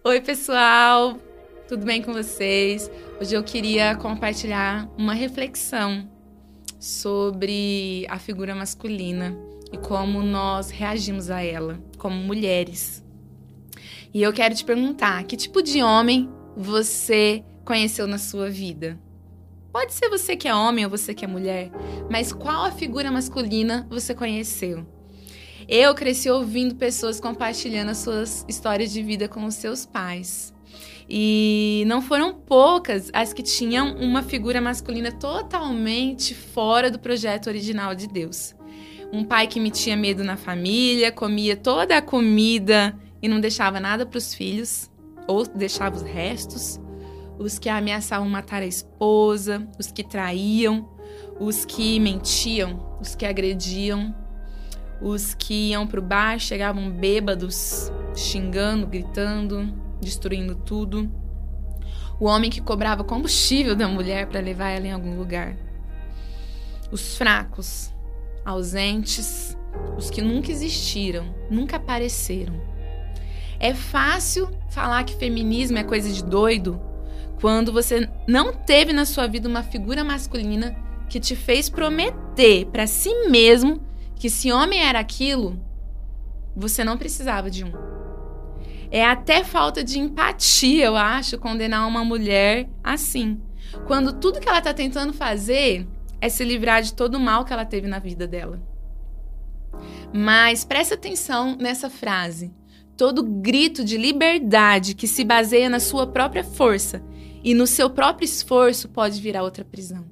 Oi, pessoal! Tudo bem com vocês? Hoje eu queria compartilhar uma reflexão sobre a figura masculina e como nós reagimos a ela, como mulheres. E eu quero te perguntar, que tipo de homem você conheceu na sua vida? Pode ser você que é homem ou você que é mulher, mas qual a figura masculina você conheceu? Eu cresci ouvindo pessoas compartilhando as suas histórias de vida com os seus pais. E não foram poucas as que tinham uma figura masculina totalmente fora do projeto original de Deus. Um pai que metia medo na família, comia toda a comida e não deixava nada para os filhos, ou deixava os restos. Os que ameaçavam matar a esposa, os que traíam, os que mentiam, os que agrediam. Os que iam pro bar chegavam bêbados, xingando, gritando, destruindo tudo. O homem que cobrava combustível da mulher para levar ela em algum lugar. Os fracos, ausentes, os que nunca existiram, nunca apareceram. É fácil falar que feminismo é coisa de doido quando você não teve na sua vida uma figura masculina que te fez prometer para si mesmo que se homem era aquilo, você não precisava de um. É até falta de empatia, eu acho, condenar uma mulher assim. Quando tudo que ela está tentando fazer é se livrar de todo o mal que ela teve na vida dela. Mas presta atenção nessa frase. Todo grito de liberdade que se baseia na sua própria força e no seu próprio esforço pode virar outra prisão.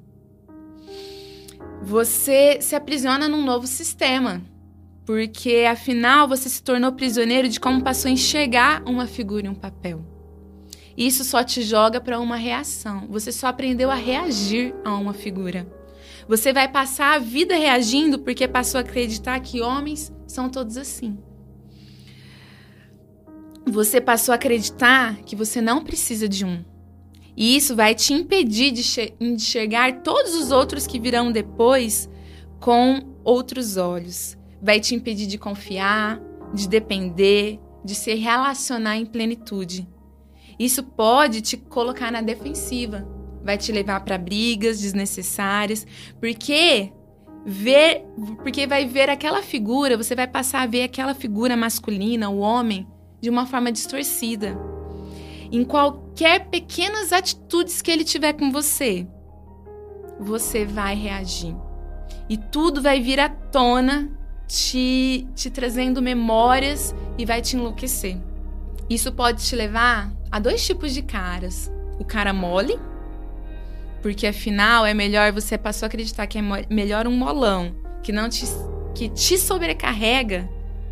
Você se aprisiona num novo sistema, porque afinal você se tornou prisioneiro de como passou a enxergar uma figura e um papel. Isso só te joga para uma reação. Você só aprendeu a reagir a uma figura. Você vai passar a vida reagindo porque passou a acreditar que homens são todos assim. Você passou a acreditar que você não precisa de um. E isso vai te impedir de enxergar todos os outros que virão depois com outros olhos. Vai te impedir de confiar, de depender, de se relacionar em plenitude. Isso pode te colocar na defensiva. Vai te levar para brigas desnecessárias. Porque vai ver aquela figura, você vai passar a ver aquela figura masculina, o homem, de uma forma distorcida. Em qualquer pequenas atitudes que ele tiver com você, você vai reagir. E tudo vai vir à tona, te trazendo memórias e vai te enlouquecer. Isso pode te levar a dois tipos de caras. O cara mole, porque afinal é melhor, você passou a acreditar que é melhor um molão que te sobrecarrega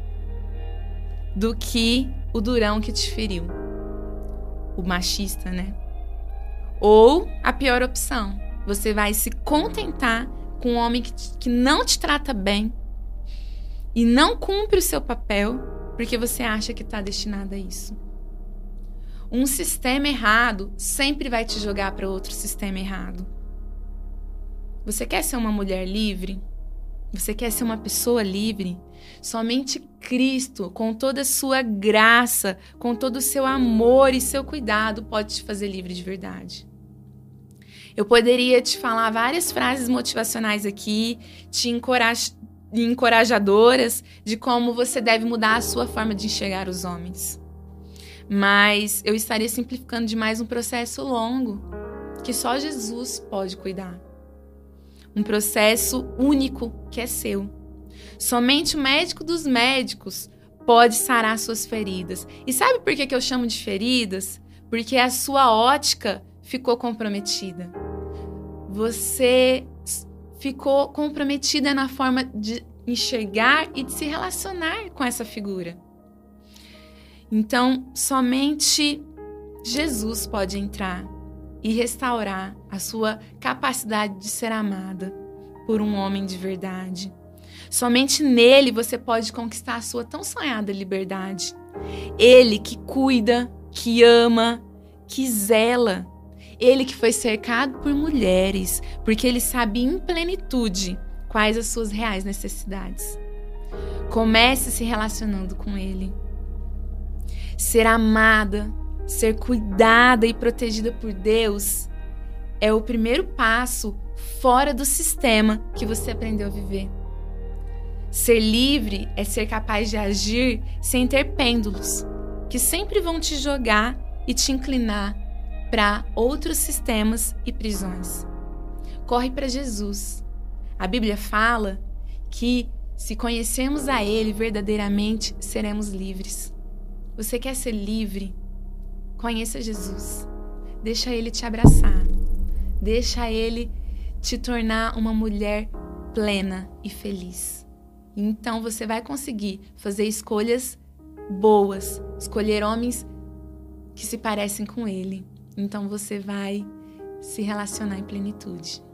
do que o durão que te feriu. O machista, né? Ou a pior opção, você vai se contentar com um homem que não te trata bem e não cumpre o seu papel porque você acha que está destinado a isso. Um sistema errado sempre vai te jogar para outro sistema errado. Você quer ser uma mulher livre? Você quer ser uma pessoa livre? Somente Cristo, com toda a sua graça, com todo o seu amor e seu cuidado, pode te fazer livre de verdade. Eu poderia te falar várias frases motivacionais aqui, encorajadoras, de como você deve mudar a sua forma de enxergar os homens. Mas eu estaria simplificando demais um processo longo, que só Jesus pode cuidar. Um processo único que é seu. Somente o médico dos médicos pode sarar suas feridas. E sabe por que eu chamo de feridas? Porque a sua ótica ficou comprometida. Você ficou comprometida na forma de enxergar e de se relacionar com essa figura. Então, somente Jesus pode entrar e restaurar a sua capacidade de ser amada por um homem de verdade. Somente nele você pode conquistar a sua tão sonhada liberdade. Ele que cuida, que ama, que zela. Ele que foi cercado por mulheres, porque ele sabe em plenitude quais as suas reais necessidades. Comece se relacionando com ele. Ser amada, ser cuidada e protegida por Deus é o primeiro passo fora do sistema que você aprendeu a viver. Ser livre é ser capaz de agir sem ter pêndulos, que sempre vão te jogar e te inclinar para outros sistemas e prisões. Corre para Jesus. A Bíblia fala que se conhecermos a Ele verdadeiramente, seremos livres. Você quer ser livre? Conheça Jesus. Deixa Ele te abraçar. Deixa Ele te tornar uma mulher plena e feliz. Então você vai conseguir fazer escolhas boas, escolher homens que se parecem com Ele. Então você vai se relacionar em plenitude.